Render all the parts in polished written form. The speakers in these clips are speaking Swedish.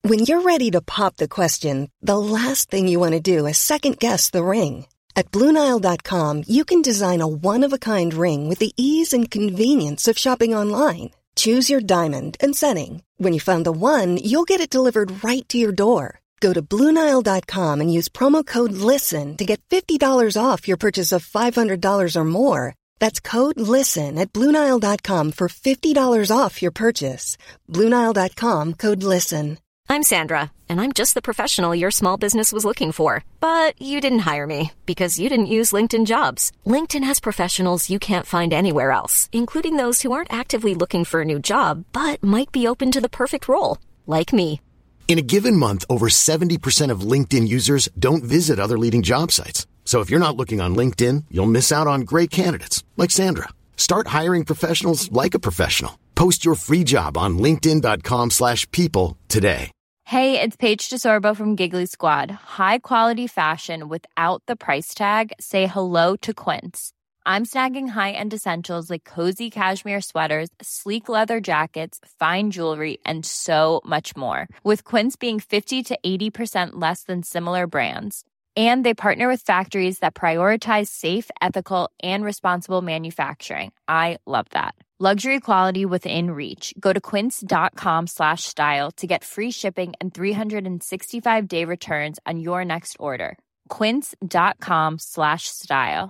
When you're ready to pop the question, the last thing you want to do is second-guess the ring. At BlueNile.com, you can design a one-of-a-kind ring with the ease and convenience of shopping online. Choose your diamond and setting. When you find the one, you'll get it delivered right to your door. Go to BlueNile.com and use promo code LISTEN to get $50 off your purchase of $500 or more. That's code LISTEN at BlueNile.com for $50 off your purchase. BlueNile.com, code LISTEN. I'm Sandra, and I'm just the professional your small business was looking for. But you didn't hire me because you didn't use LinkedIn Jobs. LinkedIn has professionals you can't find anywhere else, including those who aren't actively looking for a new job, but might be open to the perfect role, like me. In a given month, over 70% of LinkedIn users don't visit other leading job sites. So if you're not looking on LinkedIn, you'll miss out on great candidates, like Sandra. Start hiring professionals like a professional. Post your free job on linkedin.com/people today. Hey, it's Paige DeSorbo from Giggly Squad. High quality fashion without the price tag. Say hello to Quince. I'm snagging high-end essentials like cozy cashmere sweaters, sleek leather jackets, fine jewelry, and so much more. With Quince being 50 to 80% less than similar brands. And they partner with factories that prioritize safe, ethical, and responsible manufacturing. I love that. Luxury quality within reach. Go to quince.com/style to get free shipping and 365-day returns on your next order. Quince.com/style.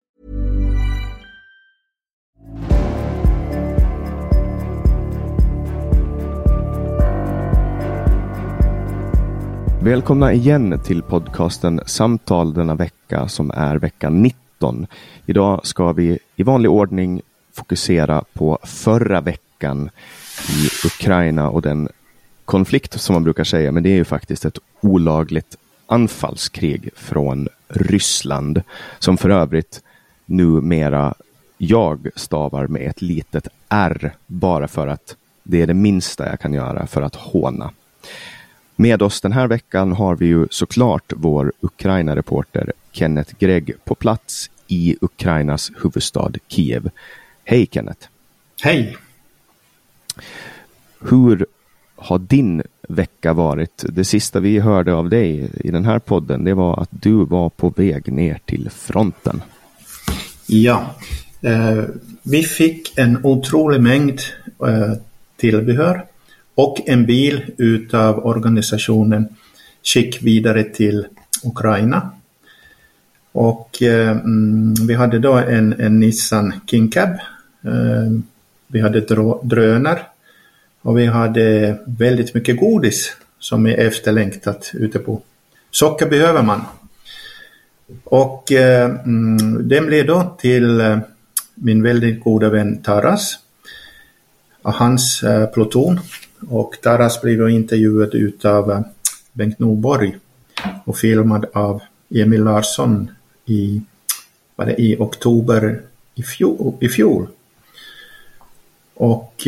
Välkomna igen till podcasten Samtal denna vecka som är vecka 19. Idag ska vi i vanlig ordning fokusera på förra veckan i Ukraina och den konflikt som man brukar säga, men det är ju faktiskt ett olagligt anfallskrig från Ryssland som för övrigt numera jag stavar med ett litet R bara för att det är det minsta jag kan göra för att håna. Med oss den här veckan har vi ju såklart vår Ukraina-reporter Kenneth Gregg på plats i Ukrainas huvudstad Kiev. Hej Kenneth. Hej. Hur har din vecka varit? Det sista vi hörde av dig i den här podden, det var att du var på väg ner till fronten. Ja, vi fick en otrolig mängd tillbehör och en bil utav organisationen skick vidare till Ukraina. Och vi hade då en Nissan King Cab. Vi hade drönare och vi hade väldigt mycket godis som är efterlängtat ute på. Socker behöver man. Och den blev då till min väldigt goda vän Taras och hans pluton. Och Taras blev då intervjuad utav Bengt Norborg och filmad av Emil Larsson i oktober i fjol. Och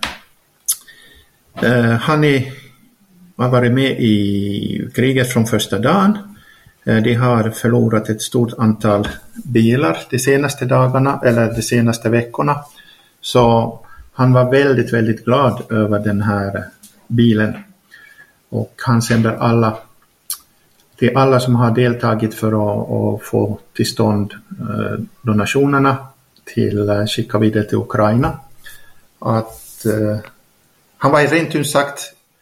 han har varit med i kriget från första dagen. De har förlorat ett stort antal bilar de senaste dagarna eller de senaste veckorna. Så han var väldigt, väldigt glad över den här bilen. Och han sänder alla som har deltagit för att få till stånd donationerna till skicka vidare till Ukraina. Att han var rent ut sagt,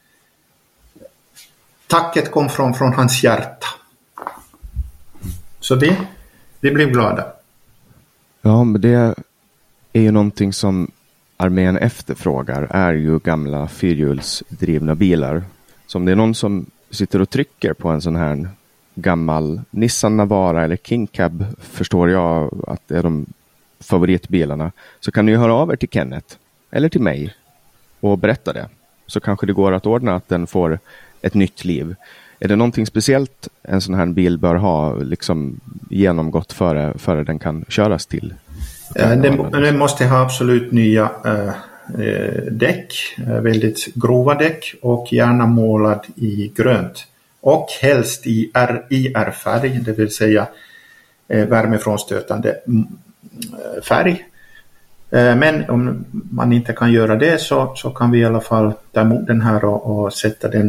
tacket kom från hans hjärta. Så vi blev glada. Ja, men det är ju någonting som armén efterfrågar, är ju gamla fyrhjulsdrivna bilar. Så om det är någon som sitter och trycker på en sån här gammal Nissan Navara eller King Cab, förstår jag att det är de favoritbilarna, så kan ni ju höra av er till Kenneth eller till mig och berätta det. Så kanske det går att ordna att den får ett nytt liv. Är det någonting speciellt en sån här bil bör ha liksom genomgått före den kan köras till? Den måste ha absolut nya däck, väldigt grova däck och gärna målad i grönt. Och helst i IR-färg, det vill säga värmefrånstötande färg. Men om man inte kan göra det så kan vi i alla fall ta emot den här och sätta den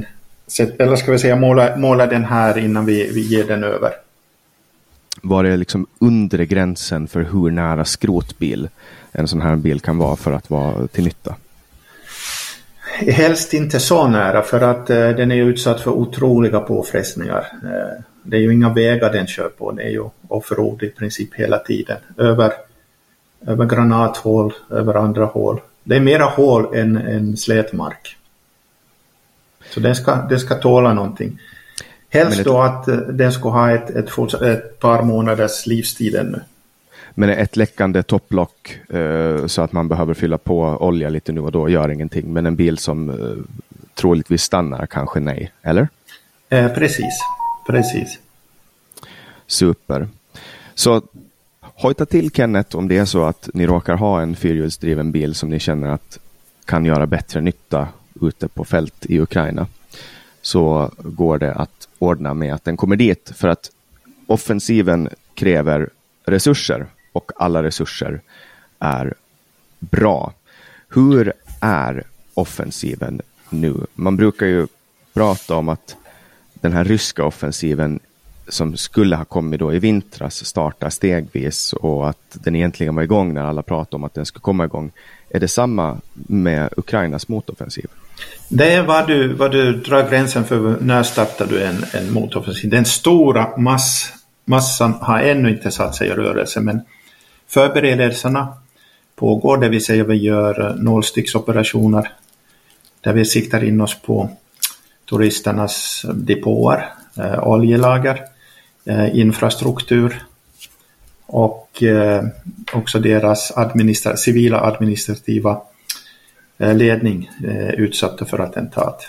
eller ska vi säga måla den här innan vi ger den över. Var är liksom undre gränsen för hur nära skrotbil en sån här bil kan vara för att vara till nytta? Helst inte så nära, för att den är utsatt för otroliga påfrestningar. Det är ju inga vägar den kör på, det är ju offroad i princip hela tiden. Över granathål, över andra hål. Det är mera hål än slätmark. Så den ska tåla någonting. Helst då att den ska ha ett par månaders livstid ännu. Men ett läckande topplock så att man behöver fylla på olja lite nu och då gör ingenting. Men en bil som troligtvis stannar kanske nej, eller? Precis. Super. Så hojta till Kenneth om det är så att ni råkar ha en fyrhjulsdriven bil som ni känner att kan göra bättre nytta ute på fält i Ukraina. Så går det att ordna med att den kommer dit, för att offensiven kräver resurser och alla resurser är bra. Hur är offensiven nu? Man brukar ju prata om att den här ryska offensiven som skulle ha kommit då i vintras startar stegvis och att den egentligen var igång när alla pratade om att den skulle komma igång. Är det samma med Ukrainas motoffensiv? Det är vad du drar gränsen för när startar du en motoffensiv. Den stora massan har ännu inte satt sig i rörelse, men förberedelserna pågår, det vill säga vi gör nålsticksoperationer där vi siktar in oss på turisternas depåer, oljelager, infrastruktur och också deras civila administrativa ledning utsatta för attentat.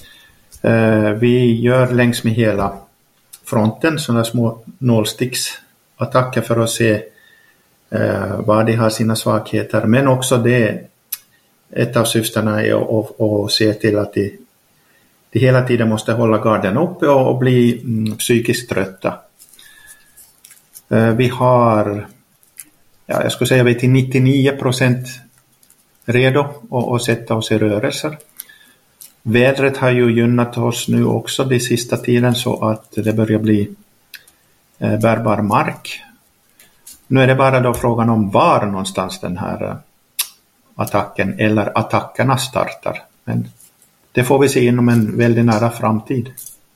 Vi gör längs med hela fronten sådana små nålsticksattacker för att se var de har sina svagheter, men också ett av syftena är att se till att de hela tiden måste hålla garden uppe och bli psykiskt trötta. Vi har, jag skulle säga vi är till 99% redo att sätta oss i rörelser. Vädret har ju gynnat oss nu också de sista tiden så att det börjar bli bärbar mark. Nu är det bara då frågan om var någonstans den här attacken eller attackerna startar. Men det får vi se inom en väldigt nära framtid.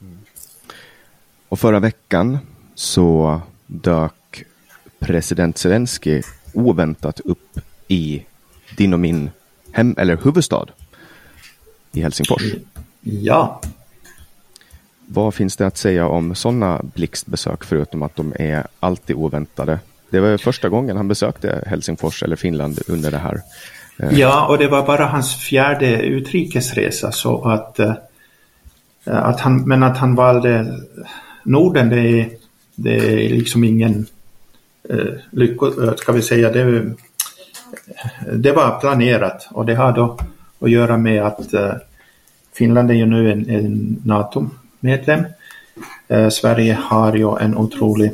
Och förra veckan så dök president Zelensky oväntat upp i din och min huvudstad i Helsingfors. Ja. Vad finns det att säga om sådana blixtbesök förutom att de är alltid oväntade? Det var första gången han besökte Helsingfors eller Finland under det här. Ja, och det var bara hans 4:e utrikesresa, så att han valde Norden, det är liksom ingen ska vi säga, det var planerat, och det har då att göra med att Finland är ju nu en NATO-medlem. Sverige har ju en otrolig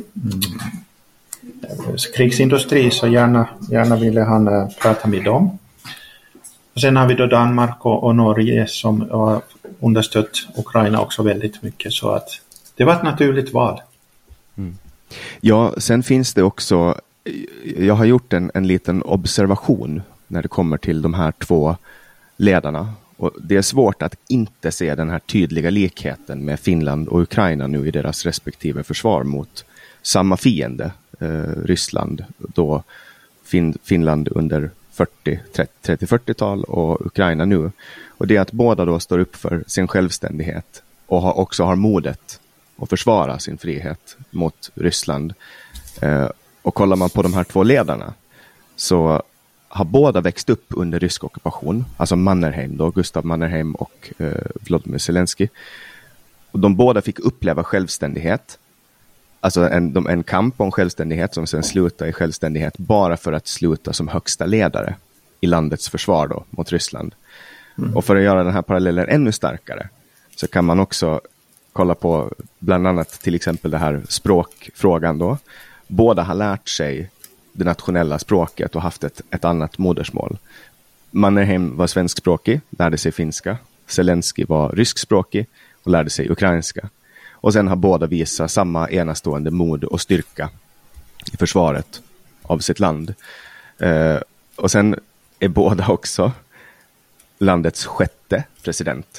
krigsindustri, så gärna ville han prata med dem. Och sen har vi då Danmark och Norge som har understött Ukraina också väldigt mycket, så att det var ett naturligt val. Mm. Ja, sen finns det också, jag har gjort en liten observation när det kommer till de här två ledarna, och det är svårt att inte se den här tydliga likheten med Finland och Ukraina nu i deras respektive försvar mot samma fiende, Ryssland, då Finland under 30-40-tal och Ukraina nu. Och det är att båda då står upp för sin självständighet och också har modet att försvara sin frihet mot Ryssland. Och kollar man på de här två ledarna så har båda växt upp under rysk ockupation, alltså Mannerheim då, Gustav Mannerheim och Volodymyr Zelensky. Och de båda fick uppleva självständighet, alltså en kamp om självständighet som sen slutar i självständighet bara för att sluta som högsta ledare i landets försvar då mot Ryssland. Mm. Och för att göra den här parallellen ännu starkare så kan man också kolla på bland annat till exempel det här språkfrågan då. Båda har lärt sig det nationella språket och haft ett annat modersmål. Mannerheim var svenskspråkig, lärde sig finska. Zelensky var ryskspråkig och lärde sig ukrainska. Och sen har båda visat samma enastående mod och styrka i försvaret av sitt land. Och sen är båda också landets 6:e president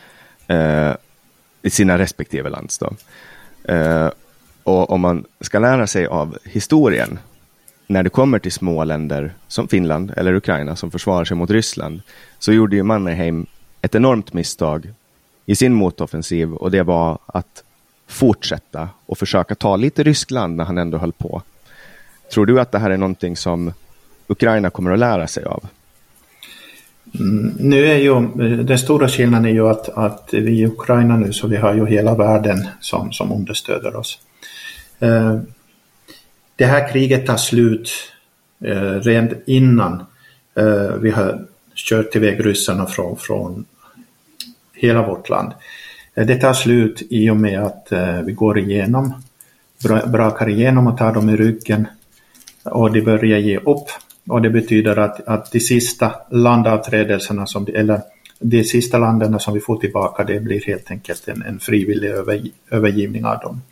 i sina respektive lands då. Och om man ska lära sig av historien när det kommer till små länder som Finland eller Ukraina som försvarar sig mot Ryssland, så gjorde ju Mannerheim ett enormt misstag i sin motoffensiv, och det var att fortsätta och försöka ta lite Ryskland när han ändå höll på. Tror du att det här är någonting som Ukraina kommer att lära sig av? Nu är ju den stora skillnaden är ju att vi i Ukraina nu, så vi har ju hela världen som understöder oss. Det här kriget tar slut rent innan vi har kört iväg ryssarna från hela vårt land. Det tar slut i och med att vi går igenom, brakar igenom och tar dem i ryggen, och det börjar ge upp. Och det betyder att de sista landavträdelserna eller de sista länderna som vi får tillbaka, det blir helt enkelt en frivillig övergivning av dem.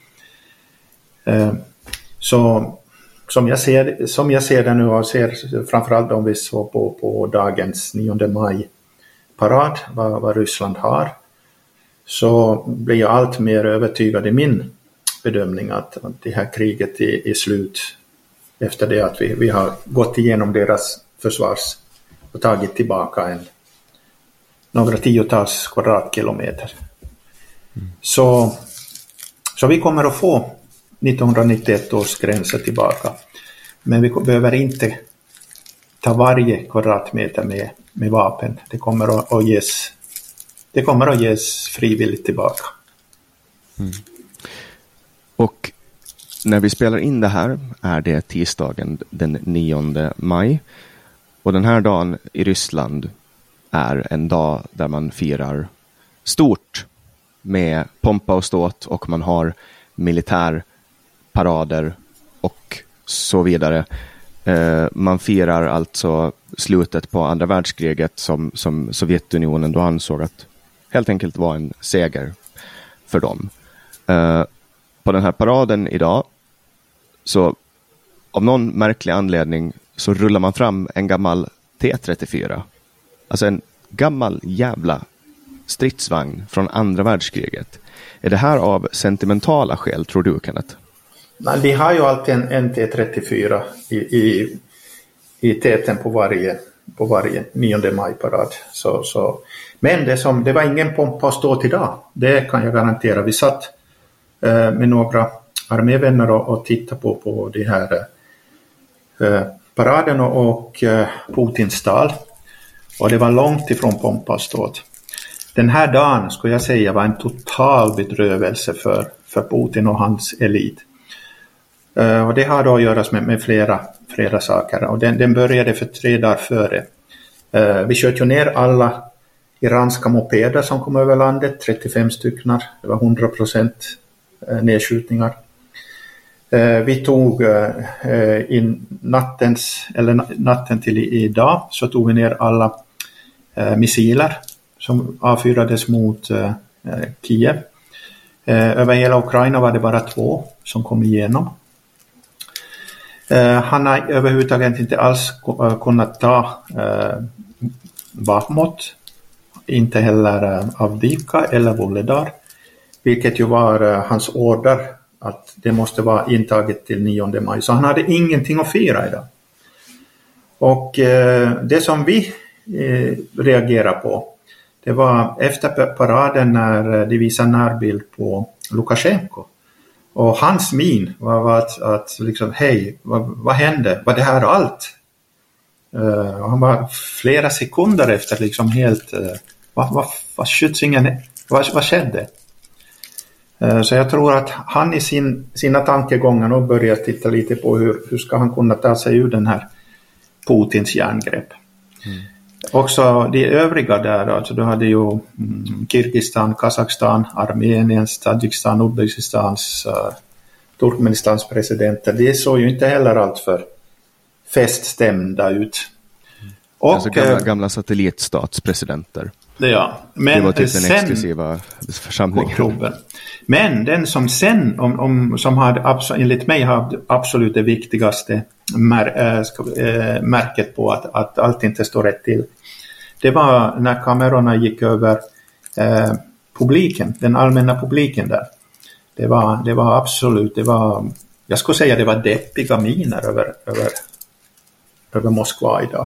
Så som jag ser det nu, och ser framförallt om vi så på dagens 9 maj parad vad Ryssland har, så blir jag allt mer övertygad i min bedömning att det här kriget är slut efter det att vi har gått igenom deras försvars och tagit tillbaka några tiotals kvadratkilometer. Så vi kommer att få 1991 års gränser tillbaka. Men vi behöver inte ta varje kvadratmeter med vapen. Det kommer att ges frivilligt tillbaka. Mm. Och när vi spelar in det här är det tisdagen den 9 maj. Och den här dagen i Ryssland är en dag där man firar stort med pompa och ståt, och man har militärparader och så vidare. Man firar alltså slutet på andra världskriget som Sovjetunionen då ansåg att helt enkelt var en seger för dem. På den här paraden idag, så av någon märklig anledning så rullar man fram en gammal T-34. Alltså en gammal jävla stridsvagn från andra världskriget. Är det här av sentimentala skäl, tror du, Kenneth? Nej, vi har ju alltid en T-34 i täten på varje 9 maj-parad. Men det var ingen pompa och ståt idag. Det kan jag garantera. Vi satt med några armévänner och tittade på det här paraden och Putins tal. Och det var långt ifrån pompa och ståt. Den här dagen, skulle jag säga, var en total bedrövelse för Putin och hans elit. Och det har då att göra med flera saker. Och den började för 3 dagar före. Vi sköt ju ner alla iranska mopeder som kom över landet, 35 stycken. Det var 100% nedskjutningar. Vi tog natten till idag, så tog vi ner alla missiler som avfyrades mot Kiev. Över hela Ukraina var det bara 2 som kom igenom. Han har överhuvudtaget inte alls kunnat ta Bakhmut, inte heller Avdiivka eller Vuhledar, vilket ju var hans order att det måste vara intaget till 9 maj. Så han hade ingenting att fira idag. Och det som vi reagerar på, det var efter paraden när de visade närbild på Lukasjenko. Och hans min var att liksom, hej, vad hände? Var det här allt? Han var flera sekunder efter liksom helt, vad skedde? Så jag tror att han i sina tankegångar nog börjar titta lite på hur ska han kunna ta sig ur den här Putins järngrepp. Också de övriga där, alltså du hade ju Kirgistan, Kazakstan, Armenien, Tadzjikistan, Uzbekistans, Turkmenistans presidenter. Det såg ju inte heller allt för feststämda ut. Och, alltså gamla satellitstatspresidenter. Ja. Men det var typ den exklusiva församlingen. Men den som sen, som hade enligt mig hade absolut det viktigaste märket på att allt inte står rätt till. Det var när kamerorna gick över publiken, den allmänna publiken där. Det var absolut, jag skulle säga det var deppiga miner över Moskva idag.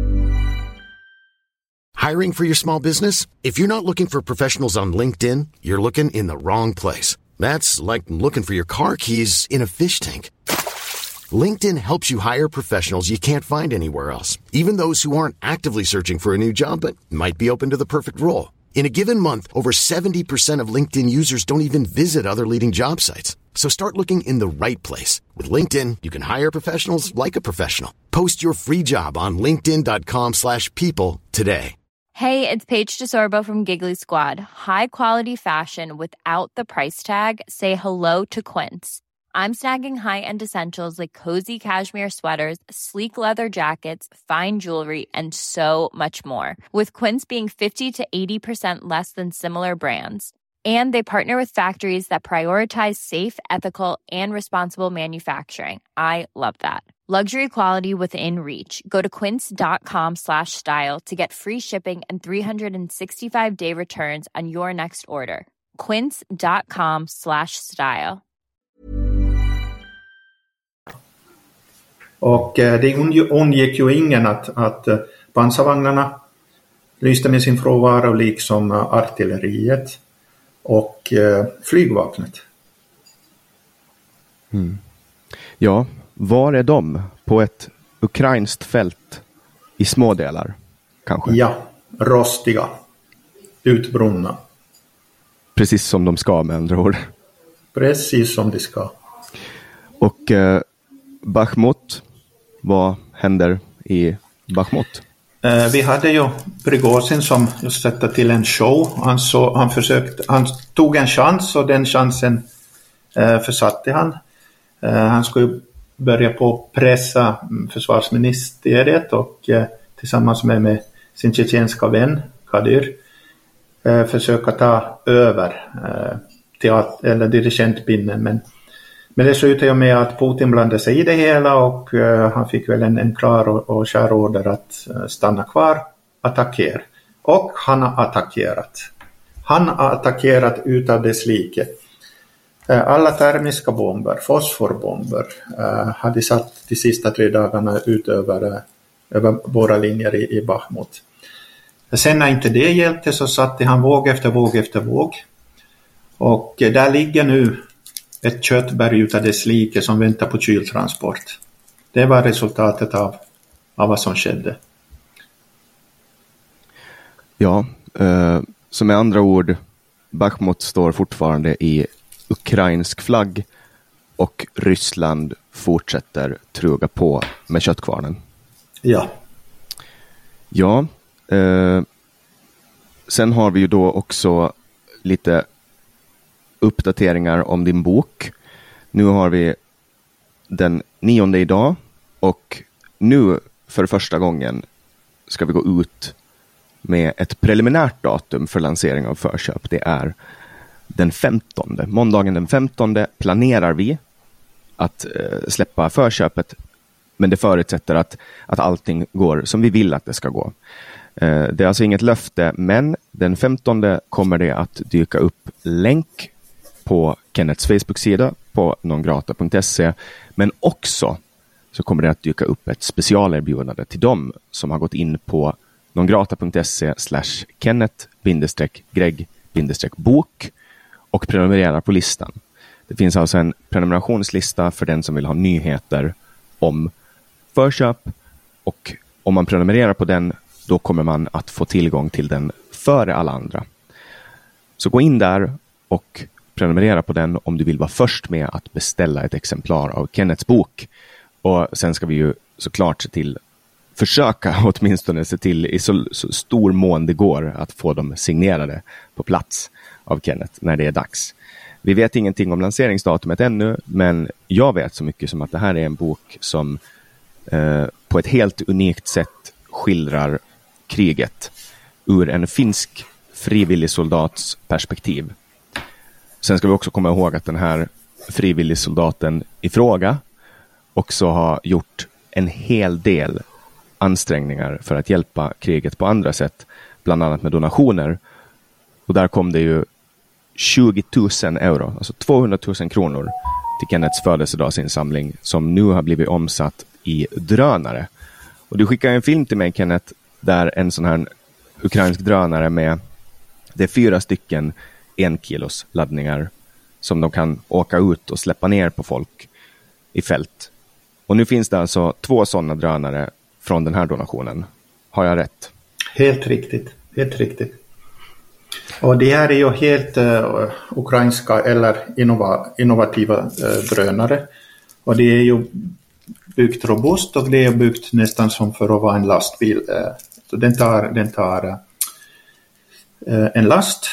Hiring for your small business? If you're not looking for professionals on LinkedIn, you're looking in the wrong place. That's like looking for your car keys in a fish tank. LinkedIn helps you hire professionals you can't find anywhere else, even those who aren't actively searching for a new job but might be open to the perfect role. In a given month, over 70% of LinkedIn users don't even visit other leading job sites. So start looking in the right place. With LinkedIn, you can hire professionals like a professional. Post your free job on linkedin.com/people today. Hey, it's Paige DeSorbo from Giggly Squad. High quality fashion without the price tag. Say hello to Quince. I'm snagging high-end essentials like cozy cashmere sweaters, sleek leather jackets, fine jewelry, and so much more. With Quince being 50 to 80% less than similar brands. And they partner with factories that prioritize safe, ethical, and responsible manufacturing. I love that. Luxury quality within reach. Go to quince.com/style to get free shipping and 365-day returns on your next order. Quince.com/style. Och det undgick ju ingen att pansarvagnarna lyste med sin frånvaro, liksom artilleriet och flygvapnet. Ja, var är de? På ett ukrainskt fält i små delar, kanske? Ja, rostiga, utbrunna. Precis som de ska, med andra ord. Precis som de ska. Och Bachmut, vad händer i Bachmut? Vi hade ju Prigozhin som just satte till en show. Han tog en chans och den chansen försatte han. Han skulle börja på pressa försvarsministeriet och tillsammans med sin tjetjenska vän Kadyr försöka ta över dirigentpinnen, men det slutade ju med att Putin blandade sig i det hela och han fick väl en klar och kär order att stanna kvar, attackera. Och han har attackerat. Han har attackerat utav dess like. Alla termiska bomber, fosforbomber hade satt de sista 3 dagarna ut över våra linjer i Bachmut. Sen när inte det hjälpte så satte han våg efter våg efter våg. Och där ligger nu ett köttberg utav dess like som väntar på kyltransport. Det var resultatet av vad som skedde. Ja, så med andra ord, Bachmut står fortfarande i ukrainsk flagg och Ryssland fortsätter truga på med köttkvarnen. Ja. Ja, sen har vi ju då också lite uppdateringar om din bok. Nu har vi den 9:e idag och nu för första gången ska vi gå ut med ett preliminärt datum för lansering av förköp. Det är den 15. Måndagen den 15 planerar vi att släppa förköpet, men det förutsätter att allting går som vi vill att det ska gå. Det är alltså inget löfte, men den 15 kommer det att dyka upp länk på Kenneths Facebook-sida på nongrata.se, men också så kommer det att dyka upp ett specialerbjudande till dem som har gått in på nongrata.se/Kenneth-Greg-bok och prenumererar på listan. Det finns alltså en prenumerationslista för den som vill ha nyheter om förköp, och om man prenumererar på den, då kommer man att få tillgång till den före alla andra. Så gå in där och prenumerera på den om du vill vara först med att beställa ett exemplar av Kenneths bok. Och sen ska vi ju såklart försöka åtminstone se till i så stor mån det går att få dem signerade på plats av Kenneth när det är dags. Vi vet ingenting om lanseringsdatumet ännu, men jag vet så mycket som att det här är en bok som på ett helt unikt sätt skildrar kriget ur en finsk frivillig soldats perspektiv. Sen ska vi också komma ihåg att den här frivillig soldaten i fråga också har gjort en hel del ansträngningar för att hjälpa kriget på andra sätt, bland annat med donationer. Och där kom det ju 20 000 euro, alltså 200 000 kronor till Kenneths födelsedagsinsamling som nu har blivit omsatt i drönare. Och du skickade en film till mig, Kenneth, där en sån här ukrainsk drönare med, det är 4 stycken 1 kilos laddningar som de kan åka ut och släppa ner på folk i fält. Och nu finns det alltså 2 sådana drönare från den här donationen. Har jag rätt? Helt riktigt, helt riktigt. Och det här är ju helt ukrainska eller innovativa drönare. Och det är ju byggt robust och det är byggt nästan som för att vara en lastbil. Så den tar en last,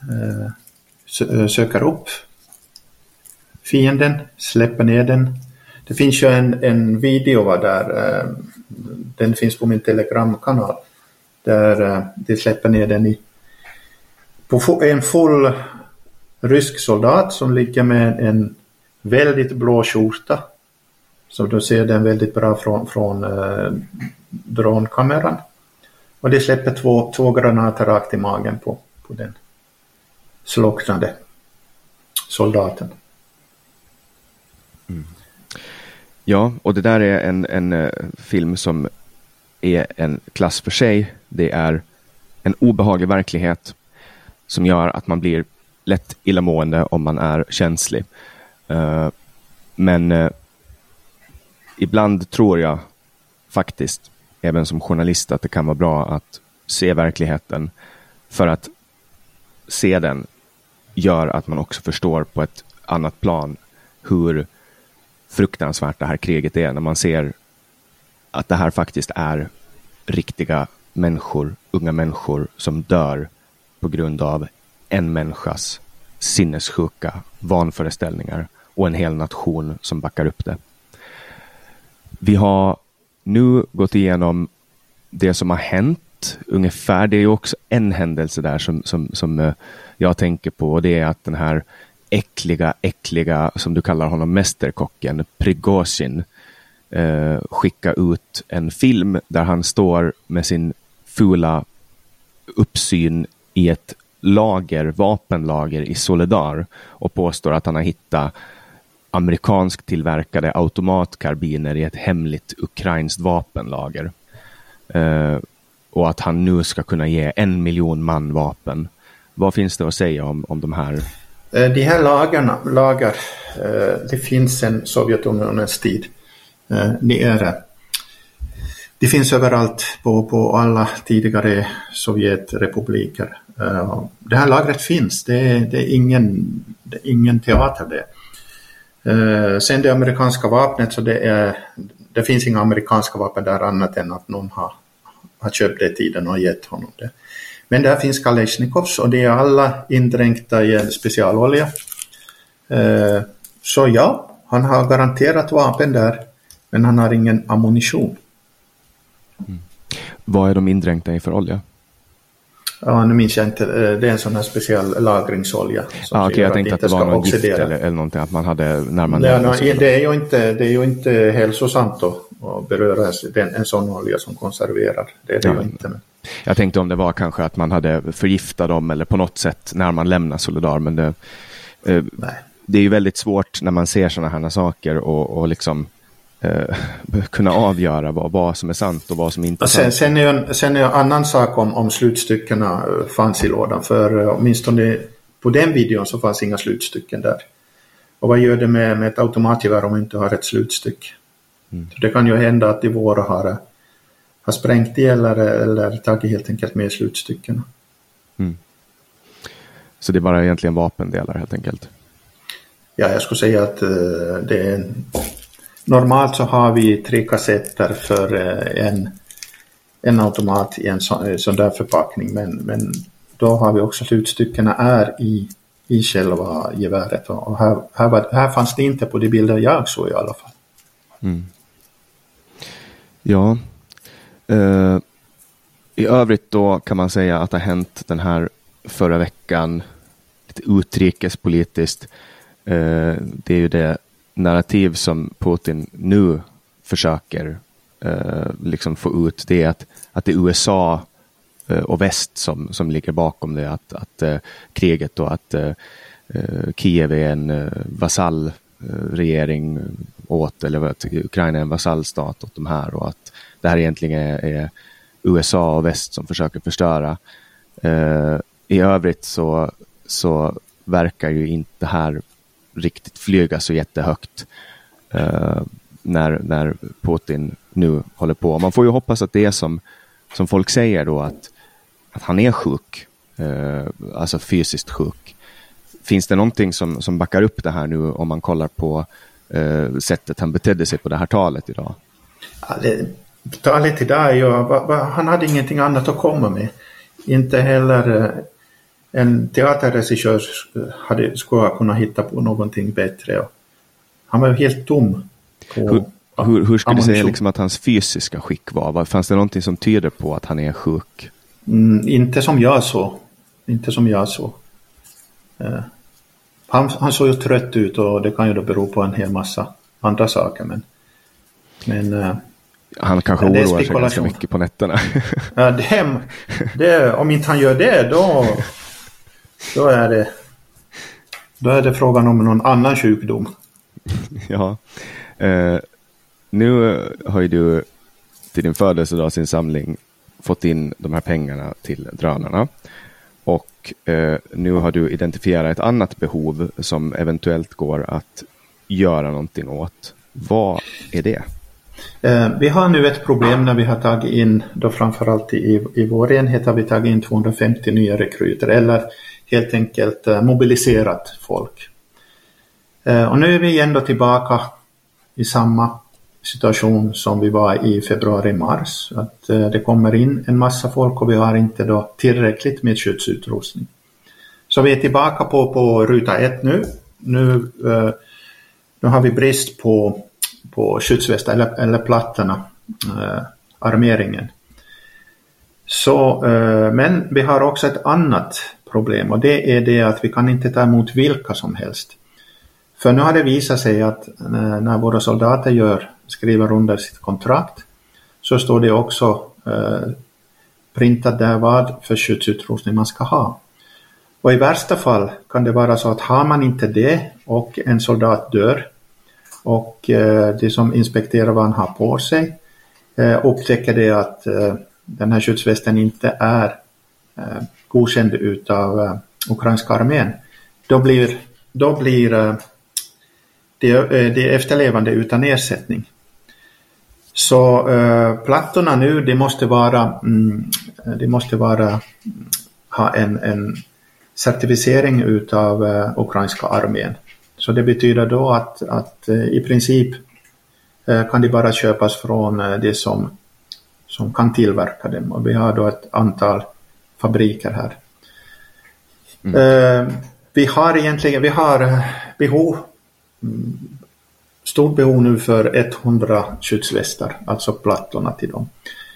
söker upp fienden, släpper ner den. Det finns ju en video där, den finns på min Telegram-kanal, där de släpper ner den på en full rysk soldat som ligger med en väldigt blå skjorta. Så då ser den väldigt bra från dronkameran. Och det släpper två granater rakt i magen på den slocknade soldaten. Mm. Ja, och det där är en film som är en klass för sig. Det är en obehaglig verklighet som gör att man blir lätt illamående om man är känslig. Men ibland tror jag faktiskt, även som journalist, att det kan vara bra att se verkligheten, för att se den gör att man också förstår på ett annat plan hur fruktansvärt det här kriget är, när man ser att det här faktiskt är riktiga människor, unga människor som dör på grund av en människas sinnessjuka vanföreställningar och en hel nation som backar upp det. Vi har nu gått igenom det som har hänt ungefär. Det är ju också en händelse där som jag tänker på, och det är att den här äckliga, som du kallar honom, mästerkocken Prigozhin, skicka ut en film där han står med sin fula uppsyn i ett vapenlager i Soledar och påstår att han har hittat amerikansk tillverkade automatkarbiner i ett hemligt ukrainskt vapenlager. Och att han nu ska kunna ge 1 miljon man vapen. Vad finns det att säga om de här? De här lagar, det finns sedan Sovjetunionens tid. Det finns överallt på alla tidigare Sovjetrepubliker. Det här lagret finns, det är ingen teater det. Sen det amerikanska vapnet, så det finns inga amerikanska vapen där annat än att någon har köpt det i tiden och gett honom det. Men där finns Kalashnikovs och det är alla indränkta i en specialolja. Så ja, han har garanterat vapen där, men han har ingen ammunition. Mm. Vad är de indränkta i för olja? Ja, nu minns jag inte. Det är en sån här speciell lagringsolja. Okej, jag tänkte att det var något gift eller någonting att man hade när man... Det är ju inte hälsosamt att beröra en sån olja som konserverar. Det är det ju inte. Jag tänkte om det var kanske att man hade förgiftat dem eller på något sätt när man lämnar Soledar, men det är ju väldigt svårt när man ser såna här saker och liksom kunna avgöra vad som är sant och vad som inte är sant. Sen är en annan sak om slutstyckena fanns i lådan, för åtminstone på den videon så fanns inga slutstycken där. Och vad gör det med ett automatgevär om man inte har ett slutstycke? Mm. Det kan ju hända att de våra har sprängt i eller tagit helt enkelt med slutstyckena. Mm. Så det är bara egentligen vapendelar helt enkelt? Ja, jag skulle säga att det är normalt så har vi 3 kassetter för en automat i en sån där förpackning, men då har vi också slutstyckena är i själva geväret, och här fanns det inte på de bilder jag såg i alla fall. Mm. Ja, i övrigt då kan man säga att det har hänt den här förra veckan, lite utrikespolitiskt. Det är ju det narrativ som Putin nu försöker liksom få ut, det är att det är USA och väst som ligger bakom det, att kriget och att Kiev är en vasallregering åt, eller att Ukraina är en vasallstat åt de här, och att det här egentligen är USA och väst som försöker förstöra. I övrigt så verkar ju inte här riktigt flyga så jättehögt när Putin nu håller på. Man får ju hoppas att det är som folk säger då, att han är sjuk, alltså fysiskt sjuk. Finns det någonting som backar upp det här nu, om man kollar på sättet han betedde sig på det här talet idag? Ja, talet idag, han hade ingenting annat att komma med. Inte heller en teaterregissör skulle kunna hitta på någonting bättre. Han var ju helt tom. Hur skulle du säga liksom att hans fysiska skick var? Fanns det någonting som tyder på att han är sjuk? Inte som jag såg. Han såg ju trött ut, och det kan ju då bero på en hel massa andra saker. Men han kanske oroar sig ganska mycket på nätterna. Ja, om inte han gör det, då är det frågan om någon annan sjukdom. Ja. Nu har ju du till din födelsedagsinsamling fått in de här pengarna till drönarna. Och nu har du identifierat ett annat behov som eventuellt går att göra någonting åt. Vad är det? Vi har nu ett problem när vi har tagit in, då framförallt i vår enhet har vi tagit in 250 nya rekryter, eller helt enkelt mobiliserat folk. Och nu är vi ändå tillbaka i samma situation som vi var i februari-mars. Att det kommer in en massa folk och vi har inte då tillräckligt med skyddsutrustning. Så vi är tillbaka på ruta 1 nu. Nu har vi brist på skyddsvästar eller plattorna, armeringen. Men vi har också ett annat problem, och det är det att vi kan inte ta emot vilka som helst. För nu har det visat sig att när våra soldater skriver under sitt kontrakt, så står det också printat där vad för skyddsutrustning man ska ha. Och i värsta fall kan det vara så att har man inte det och en soldat dör, och de som inspekterar vad han har på sig upptäcker det att den här skyddsvästen inte är godkänd utav ukrainska armén, då blir de efterlevande utan ersättning. Så plattorna nu, de måste ha en certifiering utav ukrainska armén. Så det betyder då att i princip kan de bara köpas från det som kan tillverka dem. Och vi har då ett antal fabriker här. Vi har stort behov nu för 100 skyddsvästar, alltså plattorna till dem.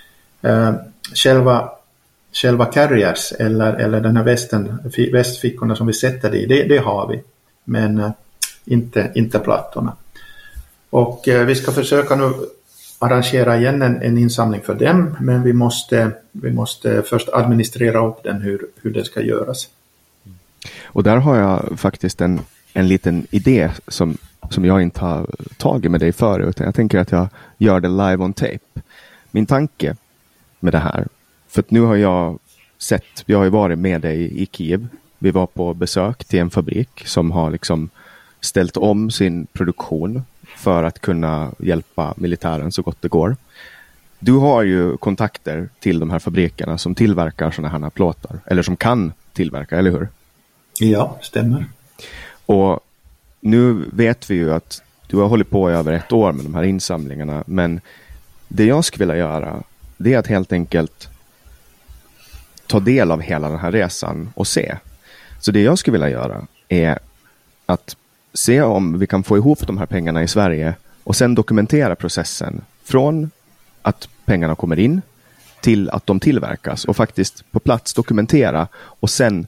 Själva carriers eller den här västfickorna som vi sätter det har vi, men inte plattorna. Och vi ska försöka nu arrangera igen en insamling för dem, men vi måste först administrera upp den, hur det ska göras. Och där har jag faktiskt en liten idé som jag inte har tagit med dig förut, utan jag tänker att jag gör det live on tape. Min tanke med det här, för att nu har jag har ju varit med dig i Kiev. Vi var på besök till en fabrik som har liksom ställt om sin produktion för att kunna hjälpa militären så gott det går. Du har ju kontakter till de här fabrikerna som tillverkar såna här plåtar, eller som kan tillverka, eller hur? Ja, stämmer. Och nu vet vi ju att du har hållit på i över 1 år med de här insamlingarna, men det jag skulle vilja göra, det är att helt enkelt ta del av hela den här resan och se. Så det jag skulle vilja göra är att se om vi kan få ihop de här pengarna i Sverige och sen dokumentera processen från att pengarna kommer in till att de tillverkas, och faktiskt på plats dokumentera och sen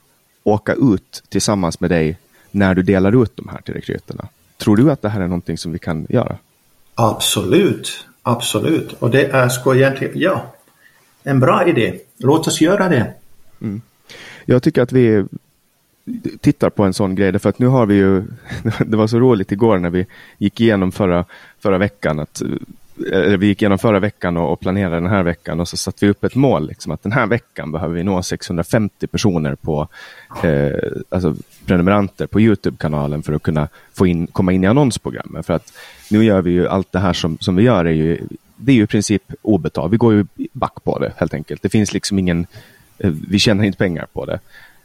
åka ut tillsammans med dig när du delar ut de här till rekryterna. Tror du att det här är någonting som vi kan göra? Absolut. Och det är egentligen, en bra idé. Låt oss göra det. Mm. Jag tycker att vi tittar på en sån grej, för att nu har vi ju, det var så roligt igår när vi gick igenom förra veckan vi gick igenom förra veckan och planerade den här veckan, och så satte vi upp ett mål liksom, att den här veckan behöver vi nå 650 personer på alltså prenumeranter på YouTube-kanalen för att kunna komma in i annonsprogrammet. För att nu gör vi ju allt det här som vi gör det är ju i princip obetalt. Vi går ju back på det helt enkelt. Det finns liksom vi tjänar inte pengar på det.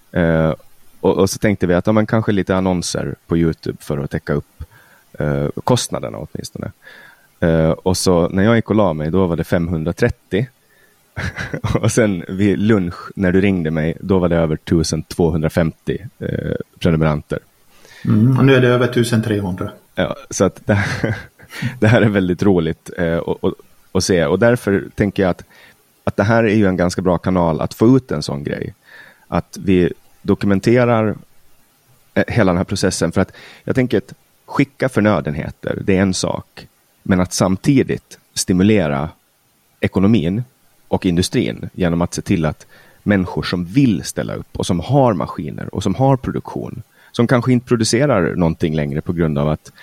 Och så tänkte vi att man kanske lite annonser på YouTube för att täcka upp kostnaderna åtminstone. Och så när jag gick och la mig, då var det 530. Och sen vid lunch när du ringde mig, då var det över 1250 prenumeranter. Och nu är det över 1300. Ja, så att det här är väldigt roligt att se. Och därför tänker jag att det här är ju en ganska bra kanal att få ut en sån grej. Att vi dokumenterar hela den här processen. För att jag tänker att skicka förnödenheter, det är en sak. Men att samtidigt stimulera ekonomin och industrin genom att se till att människor som vill ställa upp och som har maskiner och som har produktion, som kanske inte producerar någonting längre på grund av att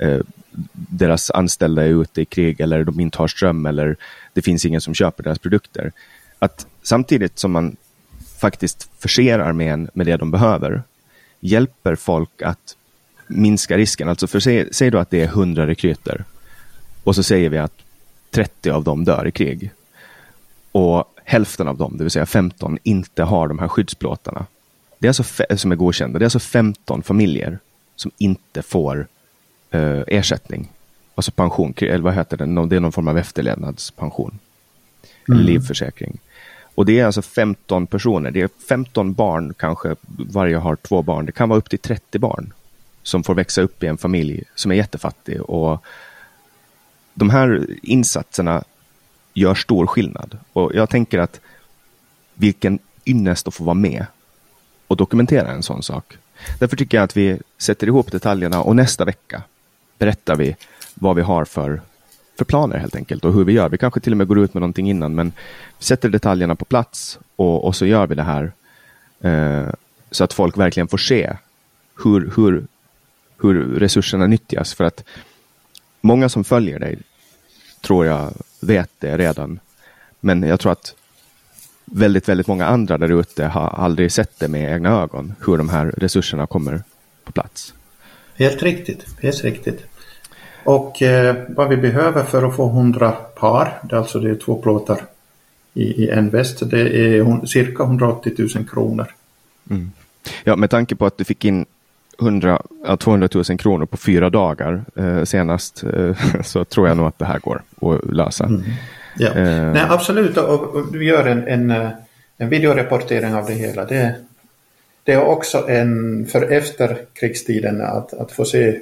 deras anställda är ute i krig eller de inte har ström eller det finns ingen som köper deras produkter. Att samtidigt som man faktiskt förser armén med det de behöver, hjälper folk att minska risken. Alltså säg då att det är 100 rekryter och så säger vi att 30 av dem dör i krig. Och hälften av dem, det vill säga 15, inte har de här skyddsplåtarna. Det är alltså som är godkända. Det är alltså 15 familjer som inte får ersättning. Alltså pension, eller vad heter det? Det är någon form av efterlevnadspension. Livförsäkring. Och det är alltså 15 personer. Det är 15 barn, kanske varje har 2 barn. Det kan vara upp till 30 barn som får växa upp i en familj som är jättefattig. Och de här insatserna gör stor skillnad. Och jag tänker att vilken ynnest att få vara med och dokumentera en sån sak. Därför tycker jag att vi sätter ihop detaljerna och nästa vecka berättar vi vad vi har för planer helt enkelt och hur vi gör. Vi kanske till och med går ut med någonting innan, men vi sätter detaljerna på plats och så gör vi det här så att folk verkligen får se hur resurserna nyttjas. För att många som följer dig tror jag vet det redan. Men jag tror att väldigt, väldigt många andra där ute har aldrig sett det med egna ögon. Hur de här resurserna kommer på plats. Helt riktigt. Och vad vi behöver för att få 100 par, det är 2 plåtar i en väst, det är cirka 180 000 kronor. Mm. Ja, med tanke på att du fick in 200 000 kronor på 4 dagar senast så tror jag nog att det här går att lösa. Ja. Nej, absolut, och vi gör en videoreportering av det hela. Det är också för efterkrigstiden att få se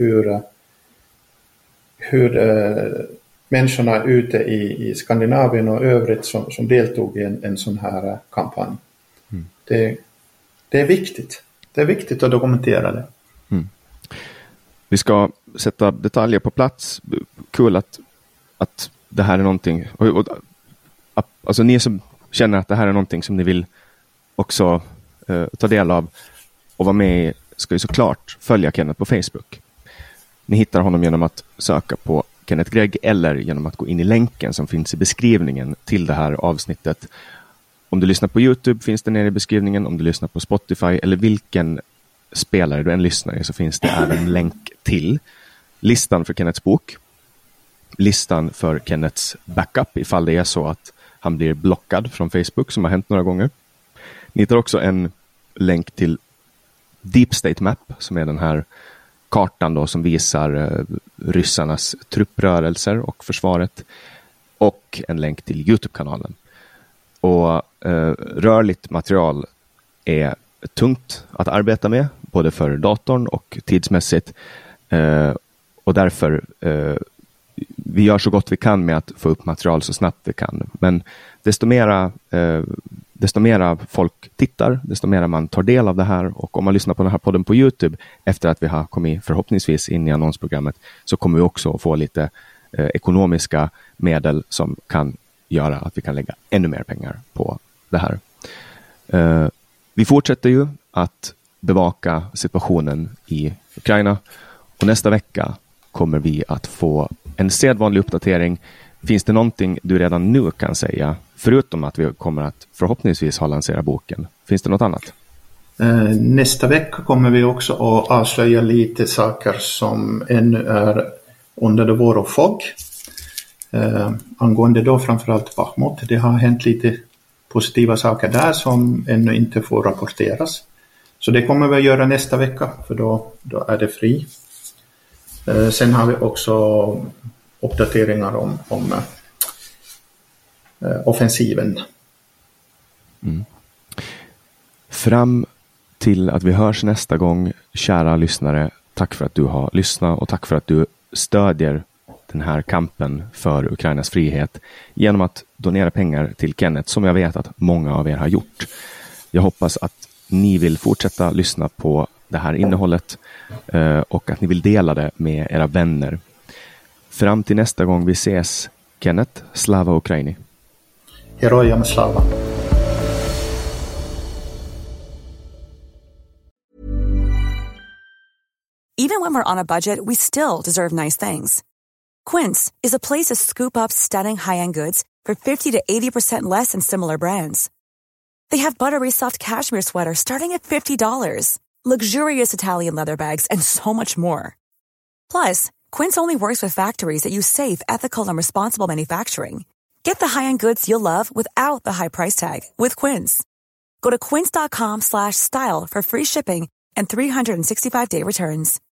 hur människorna ute i Skandinavien och övrigt som deltog i en sån här kampanj. Det är viktigt. Det är viktigt att dokumentera det. Vi ska sätta detaljer på plats. Kul att det här är någonting. Alltså ni som känner att det här är någonting som ni vill också ta del av och vara med i, ska ju såklart följa Kenneth på Facebook. Ni hittar honom genom att söka på Kenneth Gregg eller genom att gå in i länken som finns i beskrivningen till det här avsnittet. Om du lyssnar på YouTube finns det nere i beskrivningen. Om du lyssnar på Spotify eller vilken spelare du än lyssnar i så finns det även länk till listan för Kenneths bok. Listan för Kenneths backup ifall det är så att han blir blockad från Facebook som har hänt några gånger. Ni hittar också en länk till Deep State Map som är den här kartan då som visar ryssarnas trupprörelser och försvaret och en länk till YouTube-kanalen. Och rörligt material är tungt att arbeta med både för datorn och tidsmässigt och därför vi gör så gott vi kan med att få upp material så snabbt vi kan. Men desto mera desto mera folk tittar, desto mera man tar del av det här. Och om man lyssnar på den här podden på YouTube efter att vi har kommit förhoppningsvis in i annonsprogrammet, så kommer vi också få lite ekonomiska medel som kan göra att vi kan lägga ännu mer pengar på det här. Vi fortsätter ju att bevaka situationen i Ukraina, och nästa vecka kommer vi att få en sedvanlig uppdatering. Finns det någonting du redan nu kan säga, förutom att vi kommer att förhoppningsvis ha lanserat boken? Finns det något annat? Nästa vecka kommer vi också att avslöja lite saker som ännu är under vår och fog. Angående då framförallt Bachmut. Det har hänt lite positiva saker där som ännu inte får rapporteras. Så det kommer vi att göra nästa vecka, för då är det fri. Sen har vi också uppdateringar om offensiven. Fram till att vi hörs nästa gång, kära lyssnare, tack för att du har lyssnat och tack för att du stödjer den här kampen för Ukrainas frihet genom att donera pengar till Kenneth, som jag vet att många av er har gjort. Jag hoppas att ni vill fortsätta lyssna på det här innehållet och att ni vill dela det med era vänner. Fram till nästa gång vi ses, Kenneth, Slava Ukraini. Herojem slava. Even when we're on a budget, we still deserve nice things. Quince is a place to scoop up stunning high-end goods for 50 to 80% less than similar brands. They have buttery soft cashmere sweaters starting at $50, luxurious Italian leather bags, and so much more. Plus, Quince only works with factories that use safe, ethical, and responsible manufacturing. Get the high-end goods you'll love without the high price tag with Quince. Go to quince.com/style for free shipping and 365-day returns.